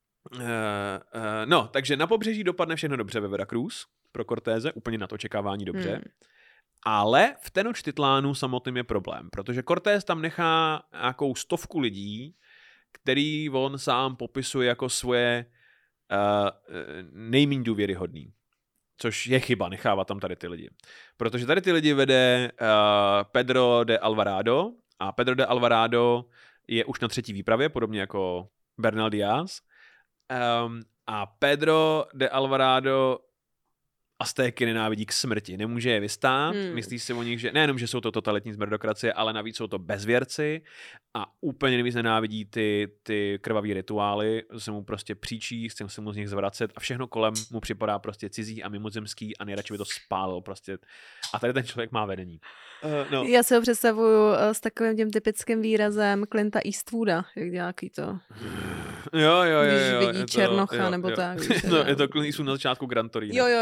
No, takže na pobřeží dopadne všechno dobře ve Veracruz pro Cortéze, úplně nad očekávání dobře. Ale v Tenochtitlánu samotným je problém, protože Cortés tam nechá nějakou 100 lidí, který on sám popisuje jako svoje nejméně důvěryhodný. Což je chyba, nechávat tam tady ty lidi. Protože tady ty lidi vede Pedro de Alvarado a Pedro de Alvarado je už na 3. výpravě, podobně jako Bernal Díaz. A Pedro de Alvarado Aztéky nenávidí k smrti. Nemůže je vystát. Myslí si o nich, že nejenom, že jsou to totalitní zmrdokracie, ale navíc jsou to bezvěrci a úplně nejvíc nenávidí ty krvavý rituály. Se mu prostě příčí, chce se mu z nich zvracet a všechno kolem mu připadá prostě cizí a mimozemský a nejradši by to spálil prostě. A tady ten člověk má vedení. No. Já si ho představuju s takovým tím typickým výrazem Clinta Eastwooda, jak dělá to. Jo. Když vidí Černocha, nebo tak. No, je to Clint Eastwood na začátku Gran Torino. Jo.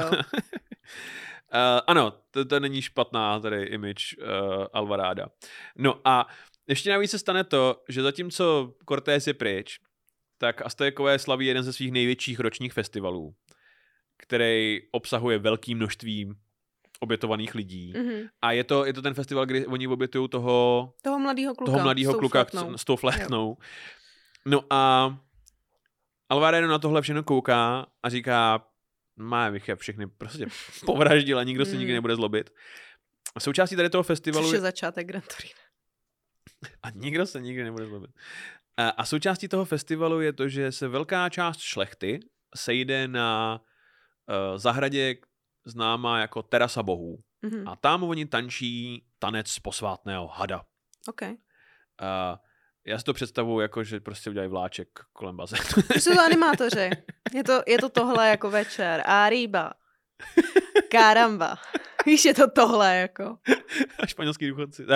Ano, to není špatná tady image Alvaráda. No a ještě navíc se stane to, že zatímco Cortés je pryč, tak Aztékové slaví jeden ze svých největších ročních festivalů, který obsahuje velké množství obětovaných lidí. A je to ten festival, kdy oni obětují toho mladého kluka s tou flétnou. No a Alvarado na tohle všechno kouká a říká, bych je všechny prostě povraždil a nikdo se nikdy nebude zlobit. A součástí tady toho festivalu... Což je začátek Gran Torino. A nikdo se nikdy nebude zlobit. A součástí toho festivalu je to, že se velká část šlechty sejde na zahradě známá jako Terasa bohů. A tam oni tančí tanec posvátného hada. Okay. Já si to představuji jako, že prostě udělají vláček kolem bazénu. To jsou to animátoři. Je to tohle jako večer. Arriba. Caramba. Víš, je to tohle jako. A španělský důchodci.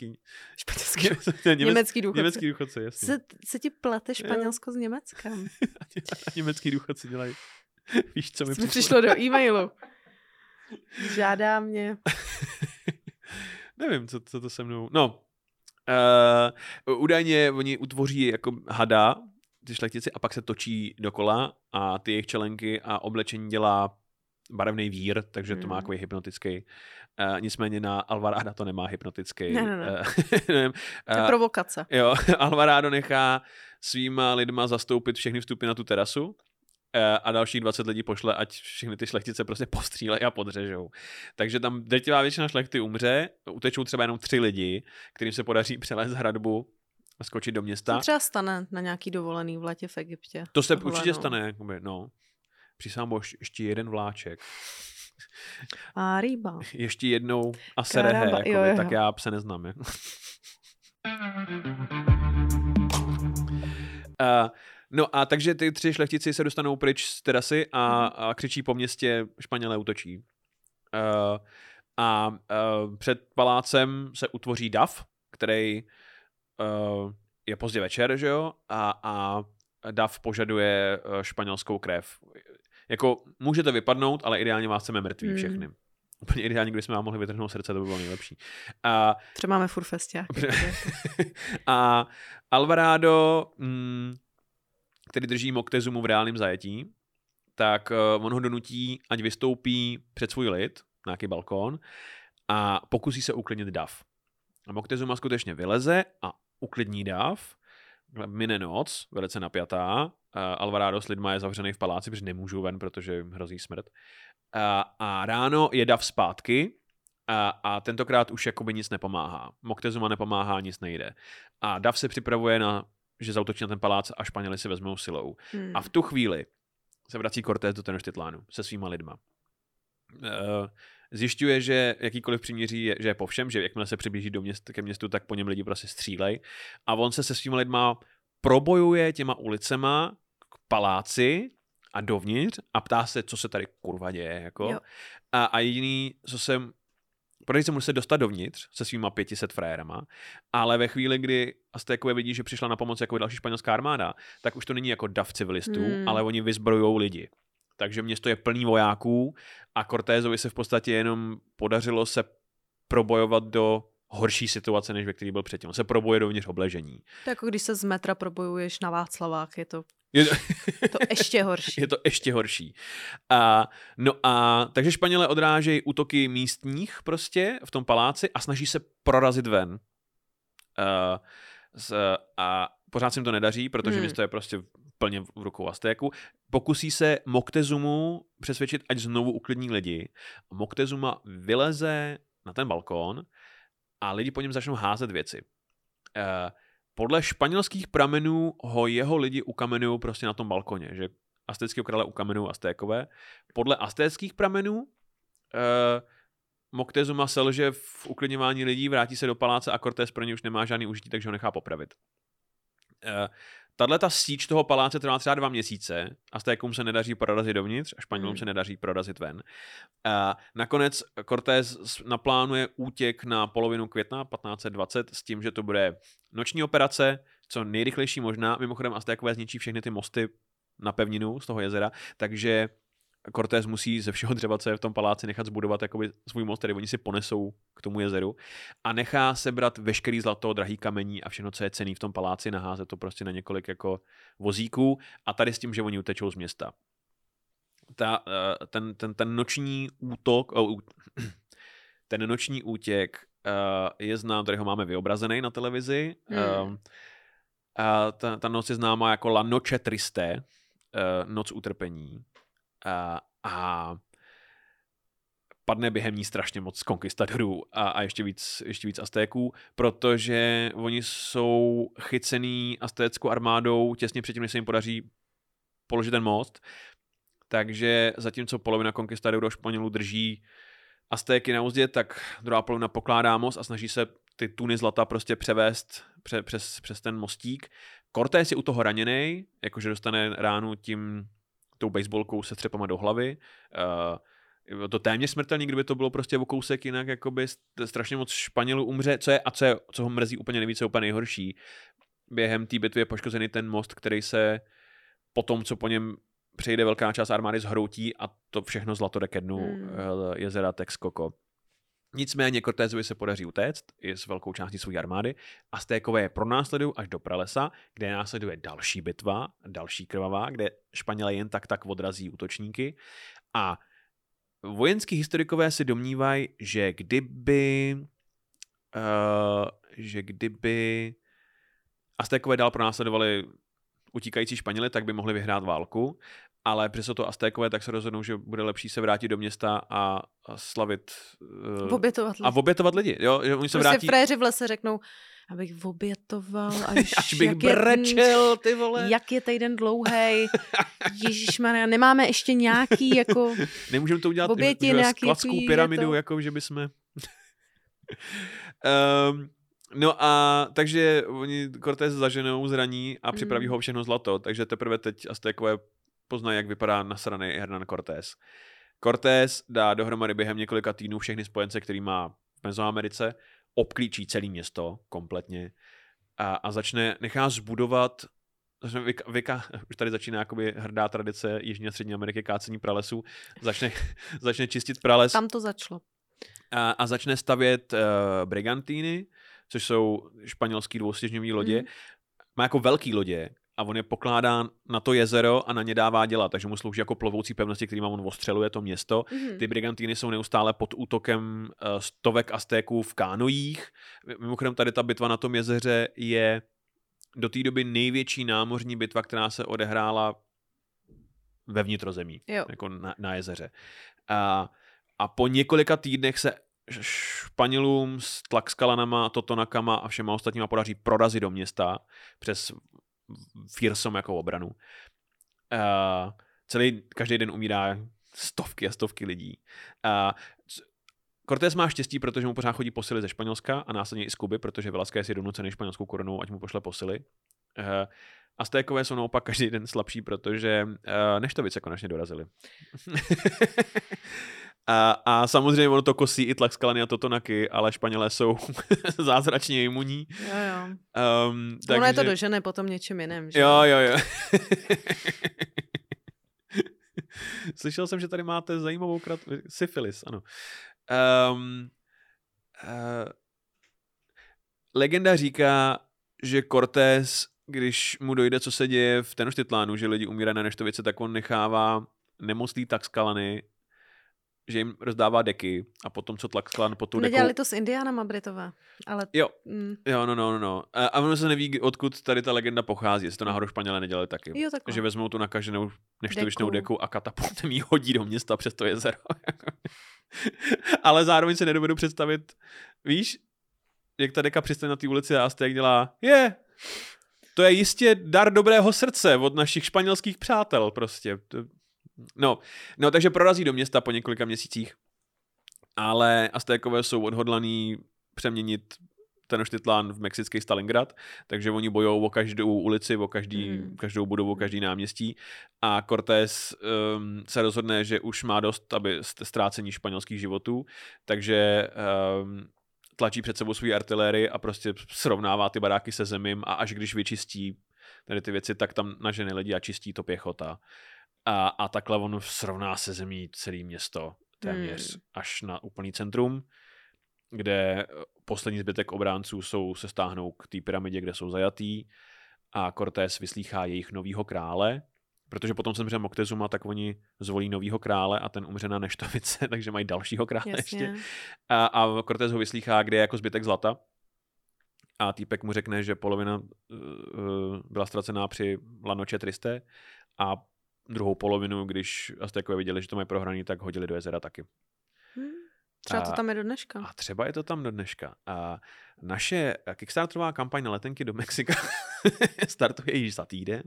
Německý důchodci. Německý důchodci, jasně. Se ti plete Španělsko s Německem. A německý důchodci dělají. Víš, co mi přišlo do e-mailu. Žádá mě. Nevím, co to se mnou... No, údajně oni utvoří jako hada, ty šlechtici, a pak se točí dokola a ty jejich čelenky a oblečení dělá barevný vír, takže to má takový hypnotický. Nicméně na Alvaráda to nemá hypnotický. Ne. To je provokace. Jo, Alvarado nechá svýma lidma zastoupit všechny vstupy na tu terasu a dalších 20 lidí pošle, ať všechny ty šlechtice prostě postřílejí a podřežou. Takže tam drtivá většina šlechty umře, utečou třeba jenom 3 lidi, kterým se podaří přelézt hradbu a skočit do města. To třeba stane na nějaký dovolený v letě v Egyptě. To se určitě stane, jakoby, no. Přísám ještě jeden vláček. A rýba. Ještě jednou a serehe, jakoby, tak já se neznám. Jako. No a takže ty 3 šlechtici se dostanou pryč z terasy a křičí po městě, Španělé útočí. Před palácem se utvoří dav, který je pozdě večer, že jo? A dav požaduje španělskou krev. Jako můžete vypadnout, ale ideálně vás chceme mrtví všechny. úplně ideální, kdybychom vám mohli vytrhnout srdce, to by bylo nejlepší. A třeba máme furt festiák. a Alvarado, který drží Moctezumu v reálném zajetí, tak on ho donutí, ať vystoupí před svůj lid, na nějaký balkón, a pokusí se uklidnit dav. A Moctezuma skutečně vyleze a uklidní dav. Mine noc, velice napjatá. Alvarado s lidma je zavřený v paláci, protože nemůžou ven, protože jim hrozí smrt. A ráno je dav zpátky a tentokrát už jakoby nic nepomáhá. Moctezuma nepomáhá, nic nejde. A dav se připravuje že zaútočí na ten palác a Španěli si vezmou silou. A v tu chvíli se vrací Cortés do Tenochtitlánu se svýma lidma. Zjišťuje, že jakýkoliv příměří že je po všem, že jakmile se přiblíží ke městu, tak po něm lidi prostě střílej. A on se svýma lidma probojuje těma ulicema k paláci a dovnitř a ptá se, co se tady kurva děje. Jako. A jediný, co protože se musí dostat dovnitř se svýma 500 frérama, ale ve chvíli, kdy Aztékové vidí, že přišla na pomoc jako další španělská armáda, tak už to není jako dav civilistů, ale oni vyzbrojujou lidi. Takže město je plný vojáků a Cortésovi se v podstatě jenom podařilo se probojovat do horší situace, než ve který byl předtím. On se probojuje dovnitř obležení. To jako když se z metra probojuješ na Václavách, je to ještě horší. Je to ještě horší. Takže Španělé odrážejí útoky místních prostě v tom paláci a snaží se prorazit ven. A pořád se jim to nedaří, protože město je prostě plně v rukou Aztéků. Pokusí se Moctezumu přesvědčit, ať znovu uklidní lidi. Moctezuma vyleze na ten balkón a lidi po něm začnou házet věci. Podle španělských pramenů ho jeho lidi ukamenují prostě na tom balkoně, že aztéckého krále ukamenují Aztékové. Podle aztéckých pramenů Moctezuma selže v uklidňování lidí, vrátí se do paláce a Cortés pro ně už nemá žádný užití, takže ho nechá popravit. Tato síč toho paláce trvá třeba 2 měsíce. Aztékům se nedaří prorazit dovnitř a Španělům se nedaří prorazit ven. Nakonec Cortés naplánuje útěk na polovinu května 1520 s tím, že to bude noční operace, co nejrychlejší možná. Mimochodem Aztékové zničí všechny ty mosty na pevninu z toho jezera, takže Cortés musí ze všeho dřeva, co je v tom paláci, nechat zbudovat jakoby svůj most, který oni si ponesou k tomu jezeru a nechá sebrat veškerý zlato, drahý kamení a všechno, co je cenný v tom paláci, naházet to prostě na několik jako vozíků a tady s tím, že oni utečou z města. Ten noční útok, ten noční útěk je znám, tady ho máme vyobrazený na televizi. Ta noc je známá jako La Noche Triste, noc utrpení. A padne během ní strašně moc konkistadorů a ještě víc Aztéků, protože oni jsou chycený aztéckou armádou těsně předtím, než se jim podaří položit ten most. Takže zatímco polovina konkistadorů Španělů drží Aztéky na uzdě, tak druhá polovina pokládá most a snaží se ty tuny zlata prostě převést přes ten mostík. Cortés je u toho raněnej, jakože dostane ránu tou baseballkou se třepama do hlavy. To téměř smrtelný, kdyby to bylo prostě o kousek jinak, jakoby strašně moc Španělů umře. Co ho mrzí úplně nejvíc, co je úplně nejhorší. Během té bitvy je poškozený ten most, který se potom, co po něm přejde velká část armády, zhroutí a to všechno zlato jde ke dnu jezera Texcoco. Nicméně Cortésovi se podaří utéct i s velkou částí své armády. Aztékové je pronásledují až do pralesa, kde následuje další bitva, další krvavá, kde Španělé jen tak odrazí útočníky. A vojenský historikové si domnívají, že kdyby Aztékové dál pronásledovali utíkající Španěli, tak by mohli vyhrát válku. Ale přesto to Aztékové tak se rozhodnou, že bude lepší se vrátit do města a slavit obětovat lidi. Jo? Že oni se vrátí... fréři v lese řeknou, abych obětoval, až bych brečel, ty vole. Jak je týden dlouhej. Ježišmarja, nemáme ještě nějaký jako nemůžeme to udělat skladskou pyramidu, jako že bychom... No a takže oni Cortés zaženou zraní a připraví ho všechno zlato, takže teprve teď Aztékové poznají, jak vypadá nasraný Hernán Cortés. Cortés dá dohromady během několika týdnů všechny spojence, který má v Mezoamerice, obklíčí celé město kompletně a nechá zbudovat už tady začíná jakoby hrdá tradice Jižní a Střední Ameriky kácení pralesů, začne čistit prales. Tam to začalo. A začne stavět brigantíny, což jsou španělský dvoustěžňový lodě. Má jako velký lodě a on je pokládá na to jezero a na ně dává dělat, takže mu slouží jako plovoucí pevnosti, kterýma on ostřeluje to město. Ty brigantíny jsou neustále pod útokem stovek Aztéků v kánojích. Mimochodem tady ta bitva na tom jezeře je do té doby největší námořní bitva, která se odehrála ve vnitrozemí, jako na jezeře. A po několika týdnech se Španělům s Tlaxcalanama, Totonakama a všema ostatníma podaří prorazit do města přes fiersom jako obranu. Každý den umírá stovky a stovky lidí. Cortés má štěstí, protože mu pořád chodí posily ze Španělska a následně i z Kuby, protože Velázquez je donucený španělskou korunou, ať mu pošle posily. Aztékové jsou naopak každý den slabší, protože neštovice konečně dorazili. A samozřejmě ono to kosí i Tlaxcalany a Totonaky, ale Španělé jsou zázračně imunní. Jo. Takže... Ono je to dožene potom něčím jiným. Že? Jo. Slyšel jsem, že tady máte zajímavou syfilis, ano. Legenda říká, že Cortés, když mu dojde, co se děje v Tenochtitlánu, že lidi umírají na neštovice, tak on nechává nemocný Tlaxcalany, že jim rozdává deky a potom, co Tlaxcalan po tu deku... Nedělali to s Indiánama Britové, ale... Jo, no. A ono se neví, odkud tady ta legenda pochází, jestli to náhodou Španělé nedělali taky. Jo, takhle. Že vezmou tu nakaženou neštovičnou deku a katapultem jí hodí do města přes to jezero. Ale zároveň se nedovedu představit, víš, jak ta deka přistane na té ulici a Azték dělá, to je jistě dar dobrého srdce od našich španělských přátel prostě. No, takže prorazí do města po několika měsících, ale Aztékové jsou odhodlaní přeměnit Tenochtitlán v mexický Stalingrad, takže oni bojou o každou ulici, o každou budovu, o každý náměstí a Cortés se rozhodne, že už má dost, aby ztrácení španělských životů, takže tlačí před sebou svou artilérii a prostě srovnává ty baráky se zemím a až když vyčistí tady ty věci, tak tam nažene lidi a čistí to pěchota. A takhle on srovná se zemí celé město téměř až na úplný centrum, kde poslední zbytek obránců se stáhnou k té pyramidě, kde jsou zajatý a Cortés vyslýchá jejich novýho krále, protože potom se umře Moctezuma, tak oni zvolí novýho krále a ten umře na neštovice, takže mají dalšího krále ještě. A Cortés ho vyslýchá, kde je jako zbytek zlata. A týpek mu řekne, že polovina byla ztracená při La Noche Triste a druhou polovinu, když Aztékové viděli, že to mají prohraný, tak hodili do jezera taky. Třeba to tam je do dneška. A třeba je to tam do dneška. A naše kickstarterová kampaň na letenky do Mexika startuje již za týden.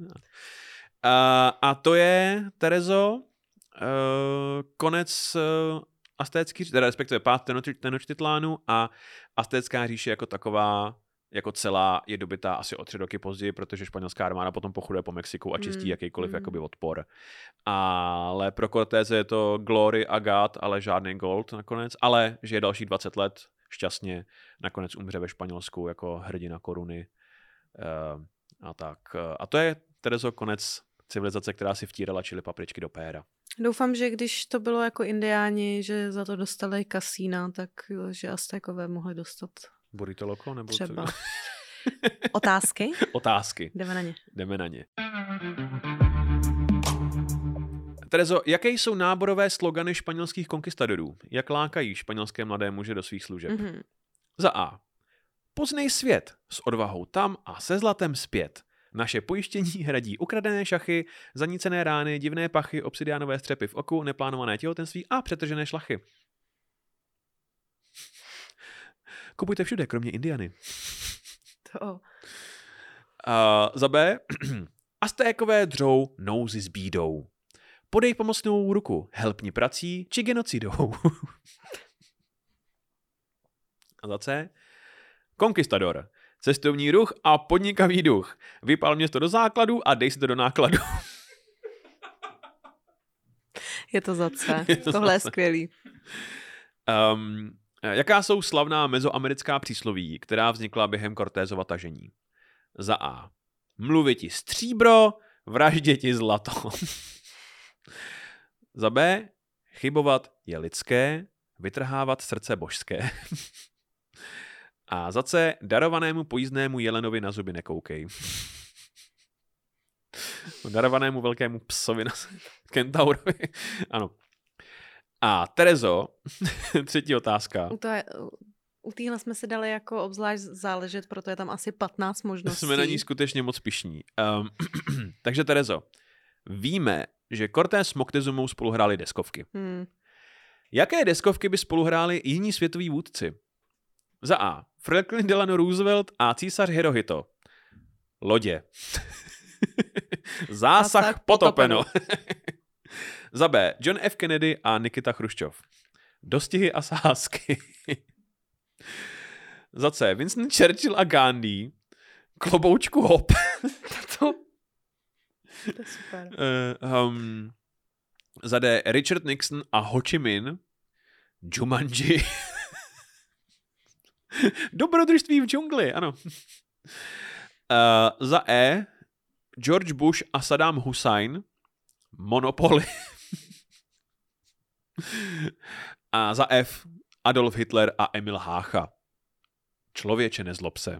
A to je, Terezo, konec aztécký, respektive pád Tenochtitlánu a aztécká říše jako taková, jako celá je dobytá asi o 3 roky později, protože španělská armáda potom pochoduje po Mexiku a čistí jakýkoliv jakoby odpor. Ale pro Cortése je to glory a god, ale žádný gold nakonec, ale že je další 20 let šťastně, nakonec umře ve Španělsku jako hrdina koruny a tak. A to je, Terezo, konec civilizace, která si vtírala čili papričky do péra. Doufám, že když to bylo jako indiáni, že za to dostali kasína, tak že Aztékové mohli dostat Burrito Loco? Nebo třeba. Otázky? Otázky. Jdeme na ně. Terezo, jaké jsou náborové slogany španělských konkistadorů? Jak lákají španělské mladé muže do svých služeb? Za A. Poznej svět s odvahou tam a se zlatem zpět. Naše pojištění hradí ukradené šachy, zanícené rány, divné pachy, obsidiánové střepy v oku, neplánované těhotenství a přetržené šlachy. Kupujte všude, kromě Indiany. To. Za B. Aztékové dřou nouzi s bídou. Podej pomocnou ruku, helpni prací či genocidou. A za C. Konkistador. Cestovní ruch a podnikavý duch. Vypal město do základu a dej si to do nákladu. Je to za C. Tohle je skvělý. Jaká jsou slavná mezoamerická přísloví, která vznikla během Cortésova tažení? Za A. mluvit ti stříbro, vraždit ti zlato. Za B, chybovat je lidské, vytrhávat srdce božské. A za C, darovanému pojízdnému jelenovi na zuby nekoukej. Darovanému velkému psovi na kentaurovi. Ano. A Terezo, třetí otázka. U téhle jsme si dali jako obzvlášť záležet, proto je tam asi 15 možností. Jsme na ní skutečně moc pyšní. Takže Terezo, víme, že Cortés s Moctezumou spolu hráli deskovky. Jaké deskovky by spolu hráli jiní světoví vůdci? Za A. Franklin Delano Roosevelt a císař Hirohito. Lodě. Zásah potopeno. Za B. John F. Kennedy a Nikita Chruščov. Dostihy a sázky. Za C. Winston Churchill a Gandhi. Kloboučku hop. To je super. Za D. Richard Nixon a Ho Chi Minh. Jumanji. Dobrodružství v džungli, ano. Za E. George Bush a Saddam Hussein. Monopoly. A za F. Adolf Hitler a Emil Hácha. Člověče, nezlob se.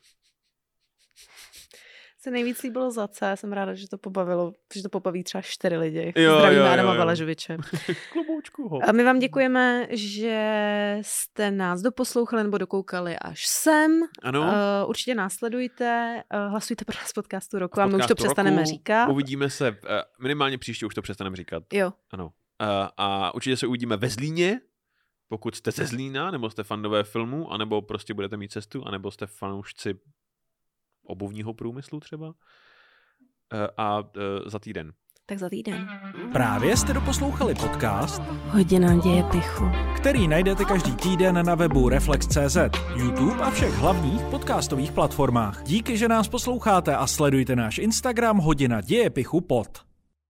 Se nejvíc líbilo za C, jsem ráda, že to pobavilo, že to pobaví třeba 4 lidi. Zdravíme Adama Balažoviče. Kloboučku. A my vám děkujeme, že jste nás doposlouchali nebo dokoukali až sem. Ano. Určitě následujte, hlasujte pro nás podcastu roku a my už to přestaneme říkat. Uvidíme se, minimálně příště už to přestaneme říkat. Jo. Ano. A určitě se uvidíme ve Zlíně, pokud jste ze Zlína, nebo jste fandové filmu, anebo prostě budete mít cestu, anebo jste fanoušci obuvního průmyslu třeba. A za týden. Tak za týden. Právě jste doposlouchali podcast Hodina dějepichu, který najdete každý týden na webu Reflex.cz, YouTube a všech hlavních podcastových platformách. Díky, že nás posloucháte a sledujte náš Instagram Hodina dějepichu pod.